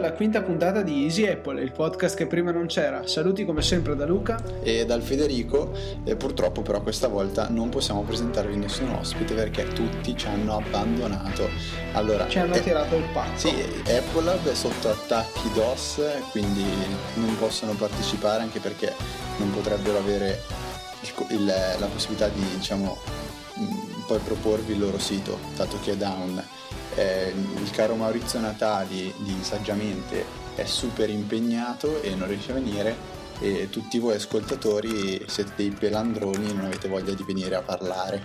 alla quinta puntata di Easy Apple, il podcast che prima non c'era. Saluti come sempre da Luca e dal Federico, e purtroppo però questa volta non possiamo presentarvi nessun ospite perché tutti ci hanno abbandonato. Allora, ci hanno tirato il pacco. Sì, Apple Lab è sotto attacchi DOS, quindi non possono partecipare, anche perché non potrebbero avere la possibilità di, diciamo, poi proporvi il loro sito, dato che è down. Il caro Maurizio Natali di Saggiamente è super impegnato e non riesce a venire, e tutti voi ascoltatori siete dei pelandroni e non avete voglia di venire a parlare.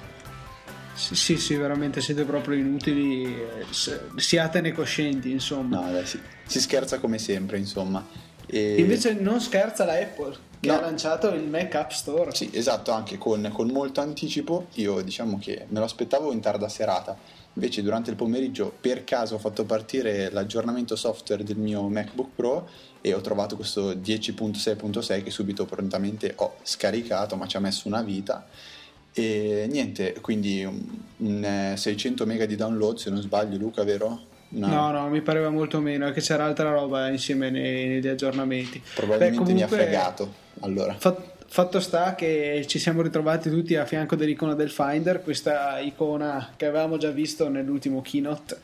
Sì, veramente siete proprio inutili, siatene coscienti, insomma. No, dai, si scherza come sempre, insomma. Invece non scherza la Apple, che ha lanciato il Mac App Store. Sì, esatto, anche con molto anticipo. Io diciamo che me lo aspettavo in tarda serata. Invece durante il pomeriggio per caso ho fatto partire l'aggiornamento software del mio MacBook Pro e ho trovato questo 10.6.6 che subito prontamente ho scaricato, ma ci ha messo una vita. E niente, quindi un 600 mega di download, se non sbaglio, Luca, vero? No, mi pareva molto meno, è che c'era altra roba insieme negli aggiornamenti. Probabilmente comunque, mi ha fregato, allora. Fatto sta che ci siamo ritrovati tutti a fianco dell'icona del Finder, questa icona che avevamo già visto nell'ultimo keynote,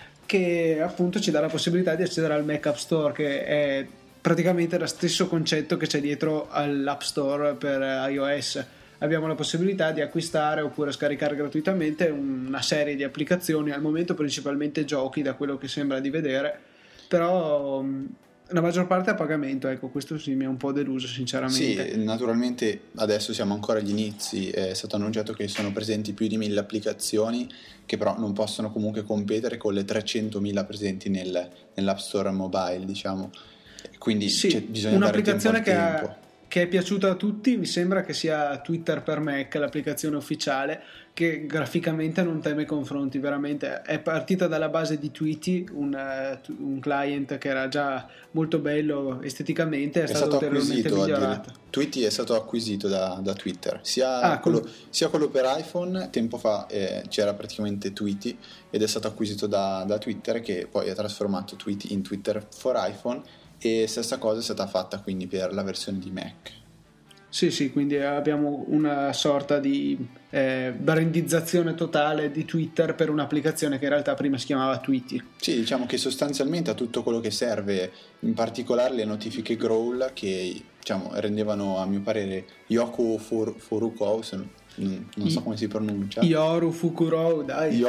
che appunto ci dà la possibilità di accedere al Mac App Store, che è praticamente lo stesso concetto che c'è dietro all'App Store per iOS. Abbiamo la possibilità di acquistare oppure scaricare gratuitamente una serie di applicazioni, al momento principalmente giochi, da quello che sembra di vedere, però la maggior parte a pagamento. Ecco, questo sì mi ha un po' deluso sinceramente. Sì, naturalmente adesso siamo ancora agli inizi, è stato annunciato che sono presenti più di 1000 applicazioni, che però non possono comunque competere con le 300.000 presenti nell'App Store mobile, diciamo, quindi sì, bisogna dare tempo al tempo. Che è piaciuta a tutti, mi sembra che sia Twitter per Mac, l'applicazione ufficiale, che graficamente non teme confronti, veramente è partita dalla base di Tweety, un client che era già molto bello esteticamente, è stato ulteriormente migliorato. Tweety è stato acquisito da Twitter, sia quello per iPhone, tempo fa c'era praticamente Tweety ed è stato acquisito da Twitter, che poi ha trasformato Tweety in Twitter for iPhone. E stessa cosa è stata fatta quindi per la versione di Mac. Sì, quindi abbiamo una sorta di brandizzazione totale di Twitter per un'applicazione che in realtà prima si chiamava Tweety. Sì, diciamo che sostanzialmente ha tutto quello che serve, in particolare le notifiche Growl, che diciamo rendevano, a mio parere, Yoku Furukou, non so come si pronuncia. Yoru Fukurou,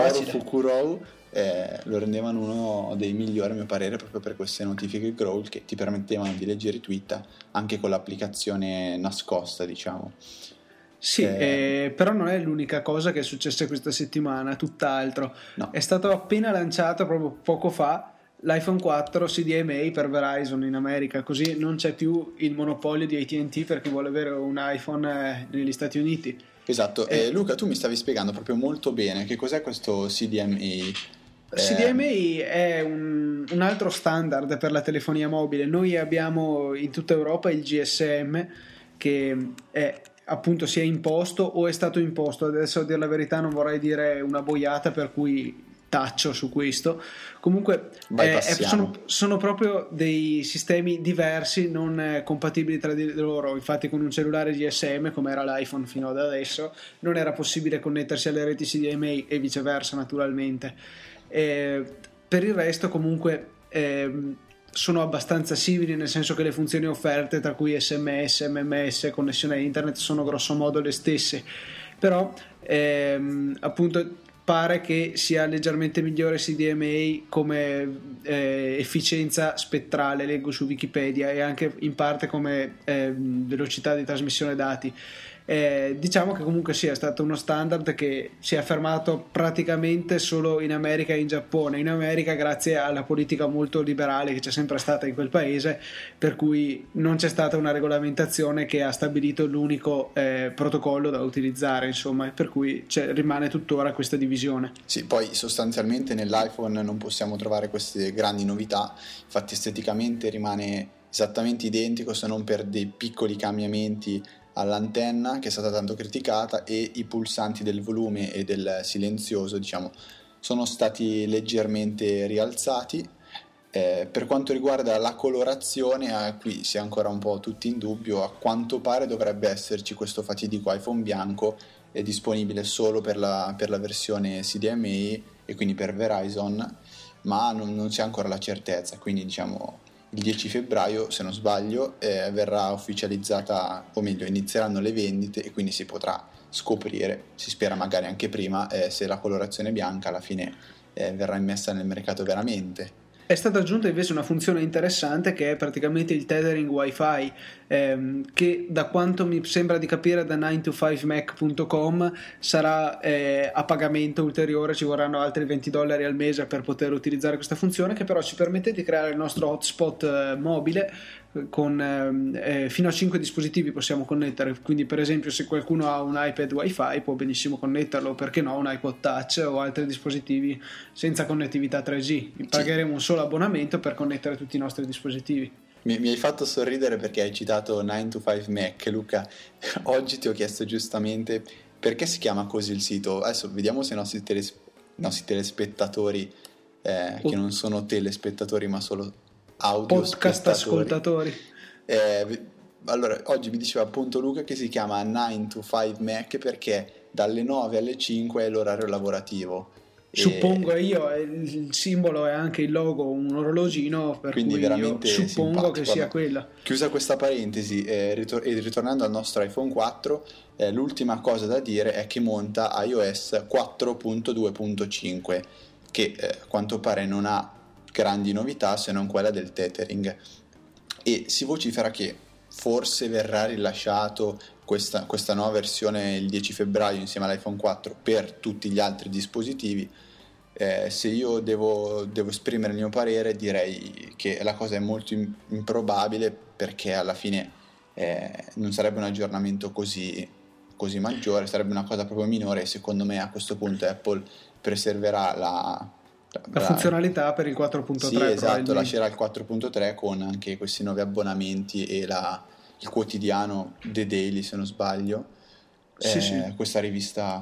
lo rendevano uno dei migliori, a mio parere, proprio per queste notifiche Growl che ti permettevano di leggere i tweet anche con l'applicazione nascosta, diciamo. Sì, però non è l'unica cosa che è successa questa settimana, tutt'altro. No. È stato appena lanciato proprio poco fa l'iPhone 4 CDMA per Verizon in America, così non c'è più il monopolio di AT&T per chi vuole avere un iPhone negli Stati Uniti. Esatto, Luca, tu mi stavi spiegando proprio molto bene che cos'è questo CDMA. CDMA è un altro standard per la telefonia mobile. Noi abbiamo in tutta Europa il GSM, che è appunto si è imposto o è stato imposto. Adesso, a dire la verità, non vorrei dire una boiata, per cui taccio su questo. Comunque sono proprio dei sistemi diversi, non compatibili tra di loro. Infatti con un cellulare GSM, come era l'iPhone fino ad adesso, non era possibile connettersi alle reti CDMA e viceversa, naturalmente. Per il resto comunque sono abbastanza simili, nel senso che le funzioni offerte, tra cui SMS, MMS, connessione a internet, sono grosso modo le stesse, però appunto pare che sia leggermente migliore CDMA come efficienza spettrale, leggo su Wikipedia, e anche in parte come velocità di trasmissione dati. Diciamo che comunque sia stato uno standard che si è affermato praticamente solo in America e in Giappone. In America, grazie alla politica molto liberale che c'è sempre stata in quel paese, per cui non c'è stata una regolamentazione che ha stabilito l'unico protocollo da utilizzare, insomma, per cui rimane tuttora questa divisione. Sì, poi sostanzialmente nell'iPhone non possiamo trovare queste grandi novità, infatti esteticamente rimane esattamente identico, se non per dei piccoli cambiamenti all'antenna, che è stata tanto criticata, e i pulsanti del volume e del silenzioso, diciamo, sono stati leggermente rialzati. Per quanto riguarda la colorazione, qui si è ancora un po' tutti in dubbio. A quanto pare dovrebbe esserci questo fatidico iPhone bianco, è disponibile solo per la versione CDMA e quindi per Verizon, ma non c'è ancora la certezza, quindi diciamo il 10 febbraio, se non sbaglio, verrà ufficializzata, o meglio inizieranno le vendite e quindi si potrà scoprire, si spera magari anche prima, se la colorazione bianca alla fine verrà immessa nel mercato veramente. È stata aggiunta invece una funzione interessante che è praticamente il tethering wifi, che da quanto mi sembra di capire da 9to5mac.com sarà a pagamento ulteriore, ci vorranno altri $20 al mese per poter utilizzare questa funzione, che però ci permette di creare il nostro hotspot mobile con fino a 5 dispositivi possiamo connettere, quindi per esempio se qualcuno ha un iPad wifi può benissimo connetterlo, perché no, un iPod touch o altri dispositivi senza connettività 3G. Pagheremo un solo abbonamento per connettere tutti i nostri dispositivi. Mi hai fatto sorridere perché hai citato 9to5Mac, Luca. Oggi ti ho chiesto giustamente perché si chiama così il sito. Adesso vediamo se i nostri telespettatori, che non sono telespettatori ma solo audio podcast ascoltatori. Allora, oggi mi diceva appunto Luca che si chiama 9to5Mac perché dalle 9 alle 5 è l'orario lavorativo. Suppongo io, il simbolo è anche il logo, un orologino, per quindi cui veramente io suppongo simpatico. che sia quella. Chiusa questa parentesi, e ritornando al nostro iPhone 4, l'ultima cosa da dire è che monta iOS 4.2.5, che a quanto pare non ha grandi novità se non quella del tethering, e si vocifera che forse verrà rilasciato questa nuova versione il 10 febbraio insieme all'iPhone 4 per tutti gli altri dispositivi. Se io devo esprimere il mio parere, direi che la cosa è molto improbabile, perché alla fine non sarebbe un aggiornamento così maggiore, sarebbe una cosa proprio minore, e secondo me a questo punto Apple preserverà la funzionalità per il 4.3. Sì, esatto, lascerà il 4.3 con anche questi nuovi abbonamenti e il quotidiano The Daily, se non sbaglio. Sì. Questa rivista,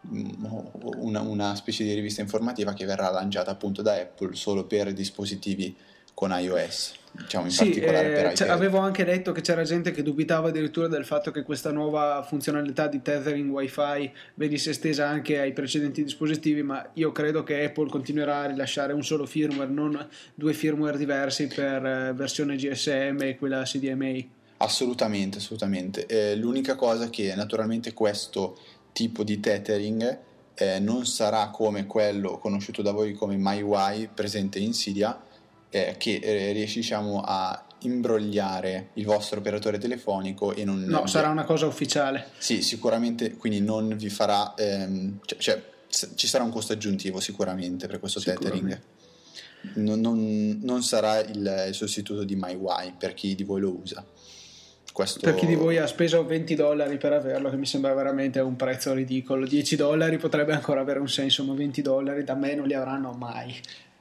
una specie di rivista informativa che verrà lanciata appunto da Apple solo per dispositivi con iOS, diciamo in particolare per iPad. Avevo anche letto che c'era gente che dubitava addirittura del fatto che questa nuova funzionalità di tethering wifi venisse estesa anche ai precedenti dispositivi, ma io credo che Apple continuerà a rilasciare un solo firmware, non due firmware diversi per versione GSM e quella CDMA. Assolutamente. L'unica cosa che naturalmente questo tipo di tethering non sarà come quello conosciuto da voi come MyUI presente in Cydia, che riesce, diciamo, a imbrogliare il vostro operatore telefonico e non... No, sarà una cosa ufficiale. Sì, sicuramente, quindi non vi farà... ci sarà un costo aggiuntivo sicuramente per questo tethering. Non sarà il sostituto di MyUI per chi di voi lo usa. Per chi di voi ha speso $20 per averlo, che mi sembra veramente un prezzo ridicolo. $10 potrebbe ancora avere un senso, ma $20 da me non li avranno mai.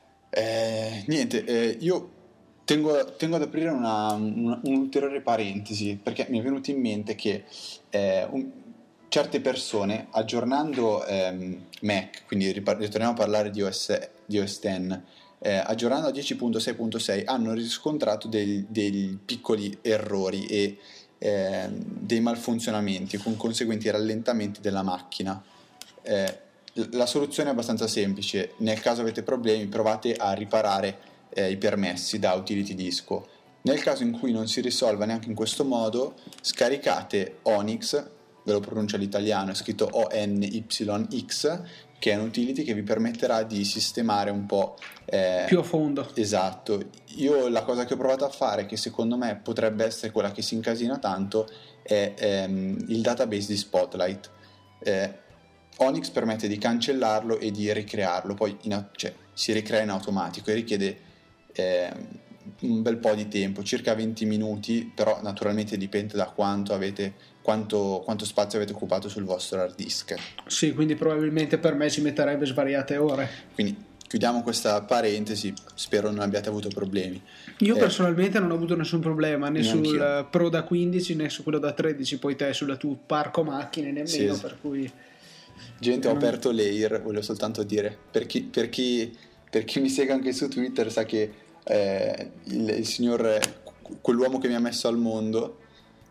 Io tengo ad aprire un'ulteriore parentesi, perché mi è venuto in mente che certe persone, aggiornando Mac, quindi ritorniamo a parlare di OS X, aggiornando a 10.6.6 hanno riscontrato dei piccoli errori e dei malfunzionamenti con conseguenti rallentamenti della macchina. La soluzione è abbastanza semplice: nel caso avete problemi provate a riparare i permessi da utility disco. Nel caso in cui non si risolva neanche in questo modo, scaricate Onyx, ve lo pronuncio all'italiano, è scritto ONYX, che è un utility che vi permetterà di sistemare un po' più a fondo. Esatto. Io la cosa che ho provato a fare, che secondo me potrebbe essere quella che si incasina tanto, è il database di Spotlight. Onyx permette di cancellarlo e di ricrearlo, poi si ricrea in automatico e richiede un bel po' di tempo, circa 20 minuti, però naturalmente dipende da quanto spazio avete occupato sul vostro hard disk. Sì, quindi probabilmente per me ci metterebbe svariate ore. Quindi chiudiamo questa parentesi, spero non abbiate avuto problemi. Io personalmente non ho avuto nessun problema né sul io. Pro da 15 né su quello da 13, poi te sulla tua parco macchine nemmeno, sì. Per cui... Gente, ho aperto l'Air, volevo soltanto dire, per chi mi segue anche su Twitter sa che il signor, quell'uomo che mi ha messo al mondo,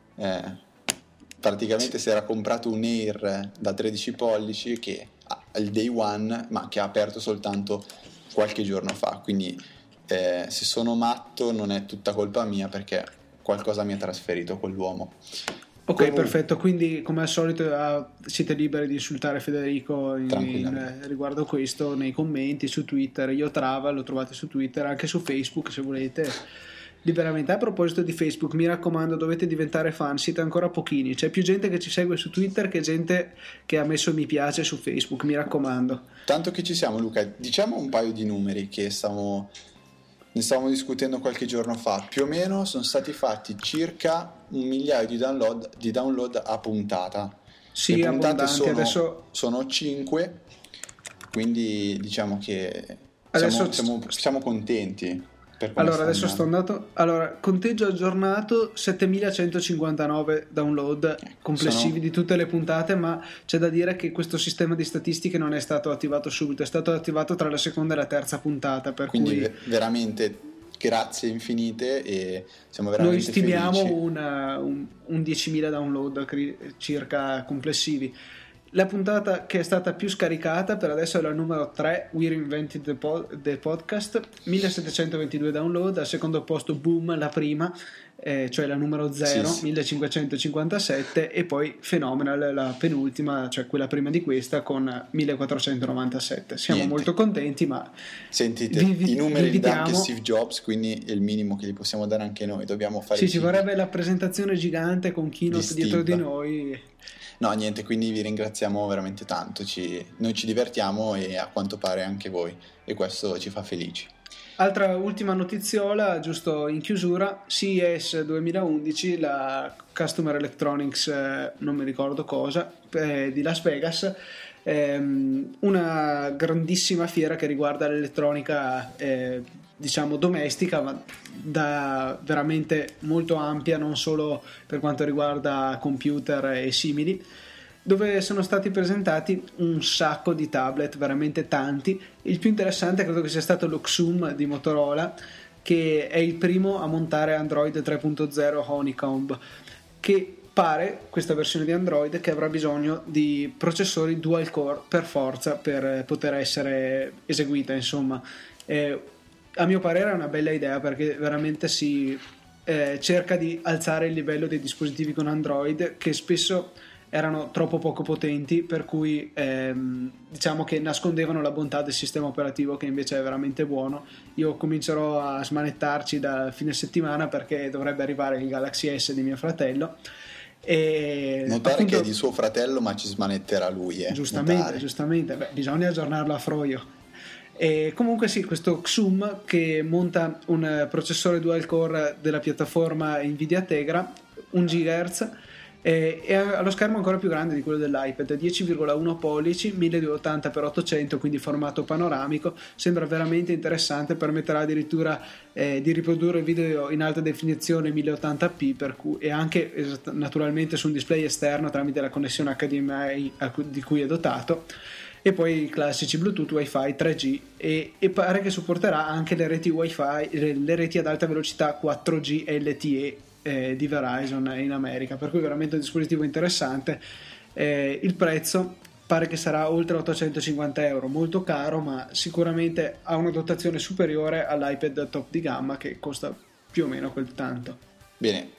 praticamente si era comprato un Air da 13 pollici che il day one, ma che ha aperto soltanto qualche giorno fa, quindi se sono matto non è tutta colpa mia, perché qualcosa mi ha trasferito quell'uomo. Ok, perfetto, quindi come al solito siete liberi di insultare Federico riguardo questo nei commenti su Twitter. Io Trava lo trovate su Twitter, anche su Facebook se volete liberamente. A proposito di Facebook, mi raccomando, dovete diventare fan, siete ancora pochini, c'è più gente che ci segue su Twitter che gente che ha messo mi piace su Facebook, mi raccomando. Tanto che ci siamo, Luca, diciamo un paio di numeri che ne stavamo discutendo qualche giorno fa. Più o meno sono stati fatti circa 1 migliaio di download a puntata. Sì, le puntate sono 5, quindi diciamo che siamo contenti. Allora, adesso sto andando. Allora, conteggio aggiornato 7159 download complessivi di tutte le puntate, ma c'è da dire che questo sistema di statistiche non è stato attivato subito, è stato attivato tra la seconda e la terza puntata. Quindi veramente grazie infinite, e siamo veramente noi stimiamo felici. un 10.000 download circa complessivi. La puntata che è stata più scaricata per adesso è la numero 3, We Reinvented the Podcast, 1722 download. Al secondo posto Boom, la prima, cioè la numero 0, sì. 1557, e poi Phenomenal, la penultima, cioè quella prima di questa, con 1497. Siamo molto contenti, ma sentite, i numeri li dà anche Steve Jobs, quindi è il minimo che li possiamo dare anche noi. Dobbiamo fare ci vorrebbe la presentazione gigante con keynote dietro di noi. No, niente, quindi vi ringraziamo veramente tanto, noi ci divertiamo e a quanto pare anche voi, e questo ci fa felici. Altra ultima notiziola, giusto in chiusura, CES 2011, la Customer Electronics, non mi ricordo cosa, di Las Vegas, una grandissima fiera che riguarda l'elettronica diciamo domestica, ma veramente molto ampia, non solo per quanto riguarda computer e simili, dove sono stati presentati un sacco di tablet, veramente tanti. Il più interessante credo che sia stato lo Xoom di Motorola, che è il primo a montare Android 3.0 Honeycomb, che pare, questa versione di Android, che avrà bisogno di processori dual core per forza per poter essere eseguita, insomma. A mio parere è una bella idea, perché veramente si cerca di alzare il livello dei dispositivi con Android, che spesso erano troppo poco potenti, per cui diciamo che nascondevano la bontà del sistema operativo, che invece è veramente buono. Io comincerò a smanettarci da fine settimana, perché dovrebbe arrivare il Galaxy S di mio fratello. E notare appunto, che è di suo fratello, ma ci smanetterà lui. Giustamente. Beh, bisogna aggiornarlo a froio. E comunque sì, questo Xoom, che monta un processore dual core della piattaforma Nvidia Tegra, 1 GHz, e ha lo schermo ancora più grande di quello dell'iPad, 10,1 pollici, 1280x800, quindi formato panoramico. Sembra veramente interessante, permetterà addirittura di riprodurre video in alta definizione 1080p, e anche naturalmente su un display esterno tramite la connessione HDMI di cui è dotato, e poi i classici Bluetooth, Wi-Fi, 3G, e pare che supporterà anche le reti Wi-Fi, le reti ad alta velocità 4G LTE di Verizon in America, per cui veramente un dispositivo interessante. Il prezzo pare che sarà oltre 850 euro, molto caro, ma sicuramente ha una dotazione superiore all'iPad top di gamma, che costa più o meno quel tanto. Bene,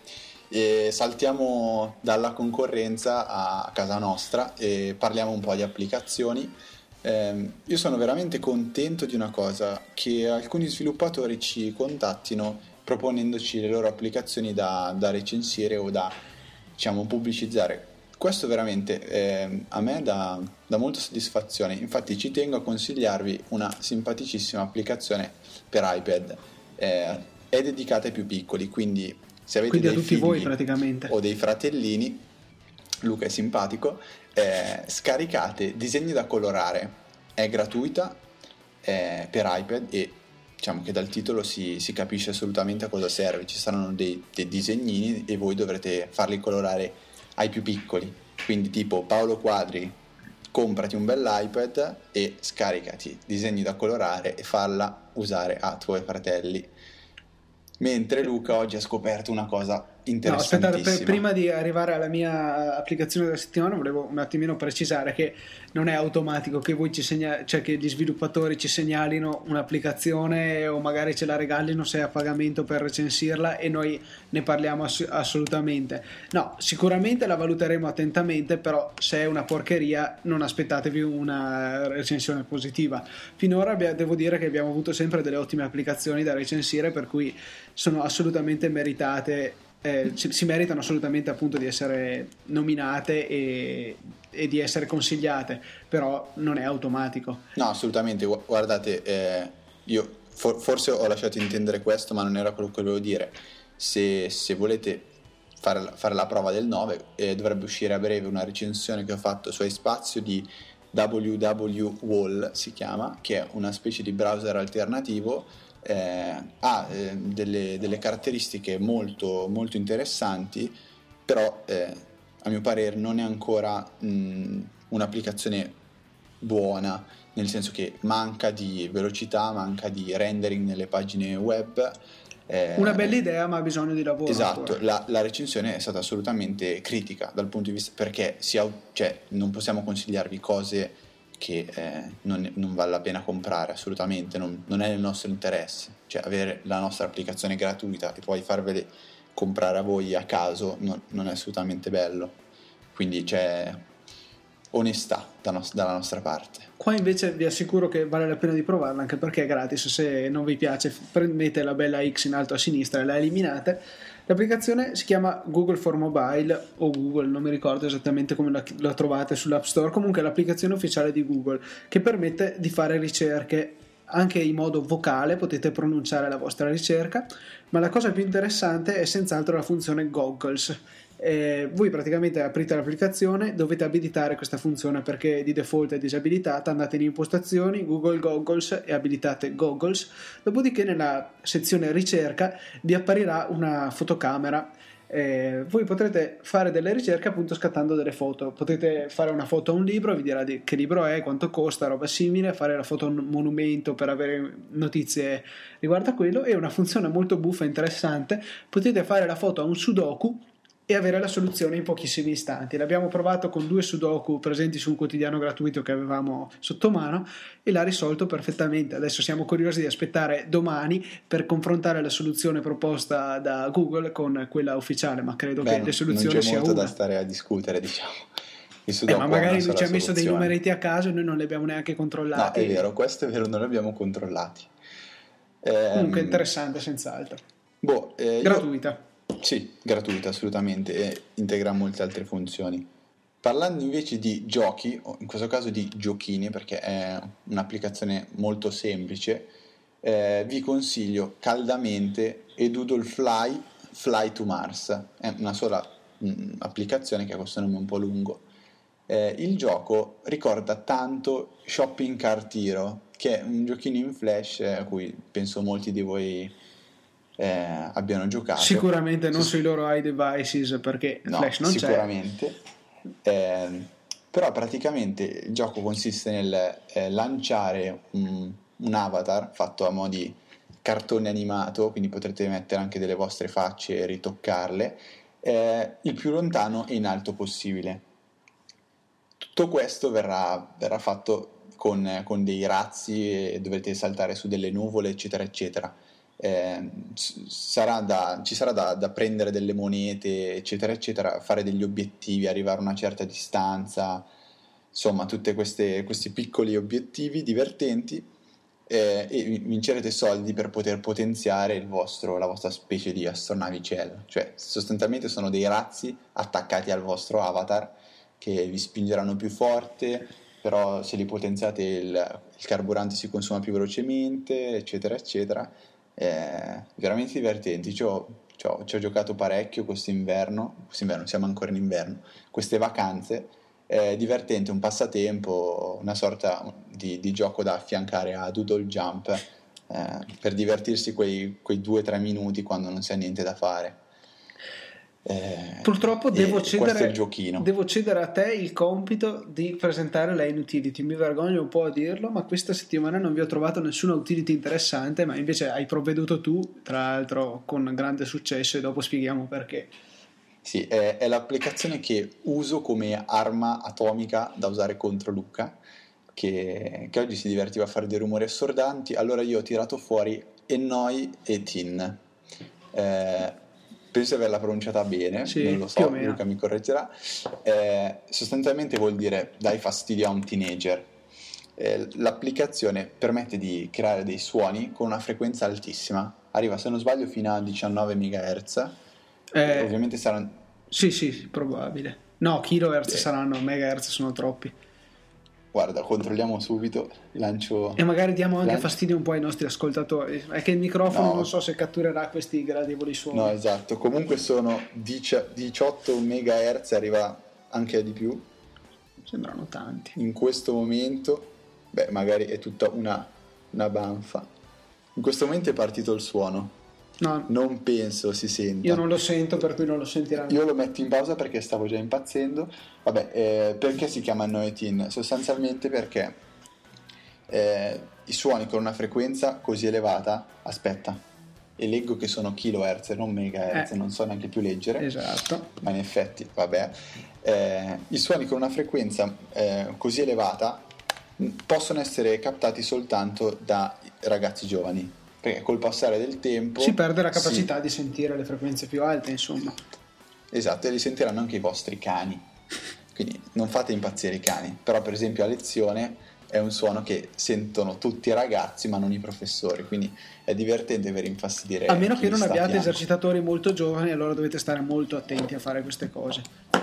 saltiamo dalla concorrenza a casa nostra e parliamo un po' di applicazioni. Io sono veramente contento di una cosa, che alcuni sviluppatori ci contattino proponendoci le loro applicazioni da recensire o da, diciamo, pubblicizzare. Questo veramente a me dà molta soddisfazione. Infatti ci tengo a consigliarvi una simpaticissima applicazione per iPad, è dedicata ai più piccoli, quindi se avete dei figli voi, praticamente, o dei fratellini, Luca è simpatico, scaricate Disegni da colorare, è gratuita per iPad, e diciamo che dal titolo si capisce assolutamente a cosa serve. Ci saranno dei disegnini e voi dovrete farli colorare ai più piccoli, quindi tipo Paolo Quadri comprati un bell'iPad e scaricati disegni da colorare e falla usare a tuoi fratelli. Mentre Luca oggi ha scoperto una cosa interessantissima. No, aspettate, prima di arrivare alla mia applicazione della settimana volevo un attimino precisare che non è automatico che voi cioè che gli sviluppatori ci segnalino un'applicazione o magari ce la regalino se è a pagamento per recensirla e noi ne parliamo assolutamente. No, sicuramente la valuteremo attentamente, però se è una porcheria non aspettatevi una recensione positiva. Finora devo dire che abbiamo avuto sempre delle ottime applicazioni da recensire, per cui sono assolutamente meritate. Si meritano assolutamente appunto di essere nominate e di essere consigliate, però non è automatico. No, assolutamente, guardate, io forse ho lasciato intendere questo, ma non era quello che volevo dire. Se volete fare la prova del 9, dovrebbe uscire a breve una recensione che ho fatto su iSpazio di WWWall, si chiama, che è una specie di browser alternativo. Ha delle caratteristiche molto, molto interessanti, però a mio parere non è ancora un'applicazione buona, nel senso che manca di velocità, manca di rendering nelle pagine web. Una bella idea, ma ha bisogno di lavoro. Esatto, la recensione è stata assolutamente critica dal punto di vista, perché cioè, non possiamo consigliarvi cose che non vale la pena comprare, assolutamente, non è nel nostro interesse. Cioè, avere la nostra applicazione gratuita e poi farvele comprare a voi a caso non è assolutamente bello. Quindi c'è onestà dalla nostra parte. Qua invece vi assicuro che vale la pena di provarla, anche perché è gratis. Se non vi piace, prendete la bella X in alto a sinistra e la eliminate. L'applicazione si chiama Google for Mobile o Google, non mi ricordo esattamente come la trovate sull'App Store. Comunque è l'applicazione ufficiale di Google che permette di fare ricerche anche in modo vocale, potete pronunciare la vostra ricerca, ma la cosa più interessante è senz'altro la funzione Goggles. Voi praticamente aprite l'applicazione, dovete abilitare questa funzione perché di default è disabilitata. Andate in impostazioni, Google Goggles e abilitate Goggles, dopodiché nella sezione ricerca vi apparirà una fotocamera. Voi potrete fare delle ricerche appunto scattando delle foto. Potete fare una foto a un libro, vi dirà che libro è, quanto costa, roba simile, fare la foto a un monumento per avere notizie riguardo a quello, e una funzione molto buffa e interessante: potete fare la foto a un sudoku e avere la soluzione in pochissimi istanti. L'abbiamo provato con 2 sudoku presenti su un quotidiano gratuito che avevamo sotto mano e l'ha risolto perfettamente. Adesso siamo curiosi di aspettare domani per confrontare la soluzione proposta da Google con quella ufficiale, ma credo che le soluzioni non c'è sia molto una. Da stare a discutere, diciamo. Ma magari lui ci ha messo dei numeretti a caso e noi non li abbiamo neanche controllati. No, è vero, questo è vero, non li abbiamo controllati. Comunque interessante, senz'altro. Gratuita. Sì, gratuita assolutamente, e integra molte altre funzioni. Parlando invece di giochi, o in questo caso di giochini, perché è un'applicazione molto semplice, vi consiglio caldamente Doodle Fly to Mars. È una sola applicazione che ha questo nome un po' lungo. Il gioco ricorda tanto Shopping Cart Hero, che è un giochino in flash a cui penso molti di voi abbiano giocato. Sicuramente non sui loro iDevices, perché Flash non sicuramente. Però praticamente il gioco consiste nel lanciare un avatar fatto a mo' di cartone animato, quindi potrete mettere anche delle vostre facce e ritoccarle il più lontano e in alto possibile. Tutto questo verrà fatto con dei razzi e dovrete saltare su delle nuvole, eccetera eccetera. Ci sarà da prendere delle monete, eccetera eccetera, fare degli obiettivi, arrivare a una certa distanza, insomma tutti questi piccoli obiettivi divertenti, e vincerete soldi per poter potenziare la vostra specie di astronavicella. Cioè sostanzialmente sono dei razzi attaccati al vostro avatar che vi spingeranno più forte, però se li potenziate il carburante si consuma più velocemente, eccetera eccetera. Veramente divertenti. Ci ho giocato parecchio quest'inverno, siamo ancora in inverno, queste vacanze. Divertente, un passatempo, una sorta di gioco da affiancare a Doodle Jump, per divertirsi quei 2-3 minuti quando non si ha niente da fare. Purtroppo questo è il giochino. devo cedere a te il compito di presentare la inutility. Mi vergogno un po' a dirlo, ma questa settimana non vi ho trovato nessuna utility interessante, ma invece hai provveduto tu, tra l'altro con grande successo, e dopo spieghiamo perché. Sì, è l'applicazione che uso come arma atomica da usare contro Luca, che oggi si divertiva a fare dei rumori assordanti. Allora io ho tirato fuori Ennoi e Tin. Penso di averla pronunciata bene, Sì, non lo più so, o meno. Luca mi correggerà. Sostanzialmente vuol dire dai fastidio a un teenager. L'applicazione permette di creare dei suoni con una frequenza altissima, arriva se non sbaglio fino a 19 MHz. Ovviamente saranno... Sì, probabile. No, kilohertz saranno, megahertz sono troppi. Guarda, controlliamo subito, lancio... E magari diamo anche fastidio un po' ai nostri ascoltatori. È che il microfono non so se catturerà questi gradevoli suoni. No, esatto. Comunque sono 18 MHz, arriva anche di più. Sembrano tanti. In questo momento, magari è tutta una banfa. In questo momento è partito il suono. No, non penso si senta. Io non lo sento, per cui non lo sentiranno. Io lo metto in pausa perché stavo già impazzendo. Perché si chiama Noetin? Sostanzialmente perché i suoni con una frequenza così elevata, aspetta, e leggo che sono kilohertz e non megahertz, non so neanche più leggere. Esatto. Ma in effetti, i suoni con una frequenza così elevata possono essere captati soltanto da ragazzi giovani. Perché col passare del tempo si perde la capacità di sentire le frequenze più alte, insomma. Esatto, e li sentiranno anche i vostri cani. Quindi non fate impazzire i cani. Però per esempio a lezione è un suono che sentono tutti i ragazzi ma non i professori, quindi è divertente per infastidire. A meno che non abbiate esercitatori molto giovani, allora dovete stare molto attenti a fare queste cose.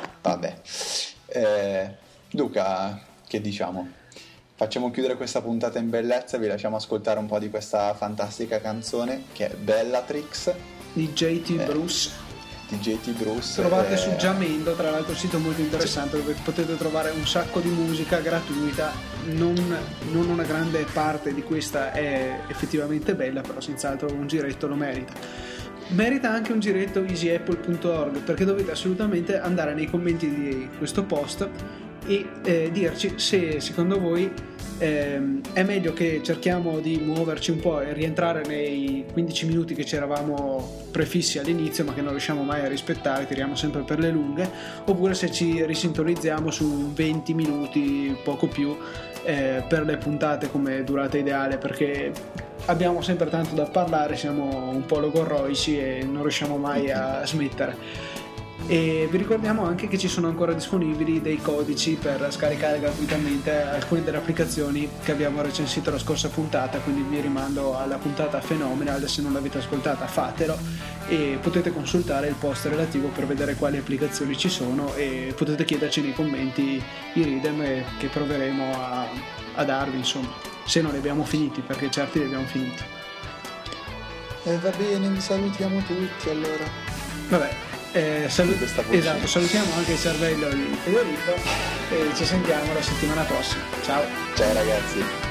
Luca, che diciamo? Facciamo chiudere questa puntata in bellezza, vi lasciamo ascoltare un po' di questa fantastica canzone che è Bellatrix di JT Bruce. Di JT Bruce. Trovate su Jamendo, tra l'altro un sito molto interessante dove potete trovare un sacco di musica gratuita. Non una grande parte di questa è effettivamente bella, però senz'altro un giretto lo merita. Merita anche un giretto easyapple.org, perché dovete assolutamente andare nei commenti di questo post e dirci se secondo voi è meglio che cerchiamo di muoverci un po' e rientrare nei 15 minuti che ci eravamo prefissi all'inizio ma che non riusciamo mai a rispettare, tiriamo sempre per le lunghe, oppure se ci risintonizziamo su 20 minuti, poco più, per le puntate come durata ideale, perché abbiamo sempre tanto da parlare, siamo un po' logorroici e non riusciamo mai a smettere. E vi ricordiamo anche che ci sono ancora disponibili dei codici per scaricare gratuitamente alcune delle applicazioni che abbiamo recensito la scorsa puntata, quindi vi rimando alla puntata Phenomenal, se non l'avete ascoltata fatelo e potete consultare il post relativo per vedere quali applicazioni ci sono e potete chiederci nei commenti i readem che proveremo a darvi, insomma, se non li abbiamo finiti, perché certi li abbiamo finiti. Va bene, vi salutiamo tutti allora. Vabbè. Esatto, salutiamo anche il cervello di Federico e ci sentiamo la settimana prossima. Ciao ragazzi.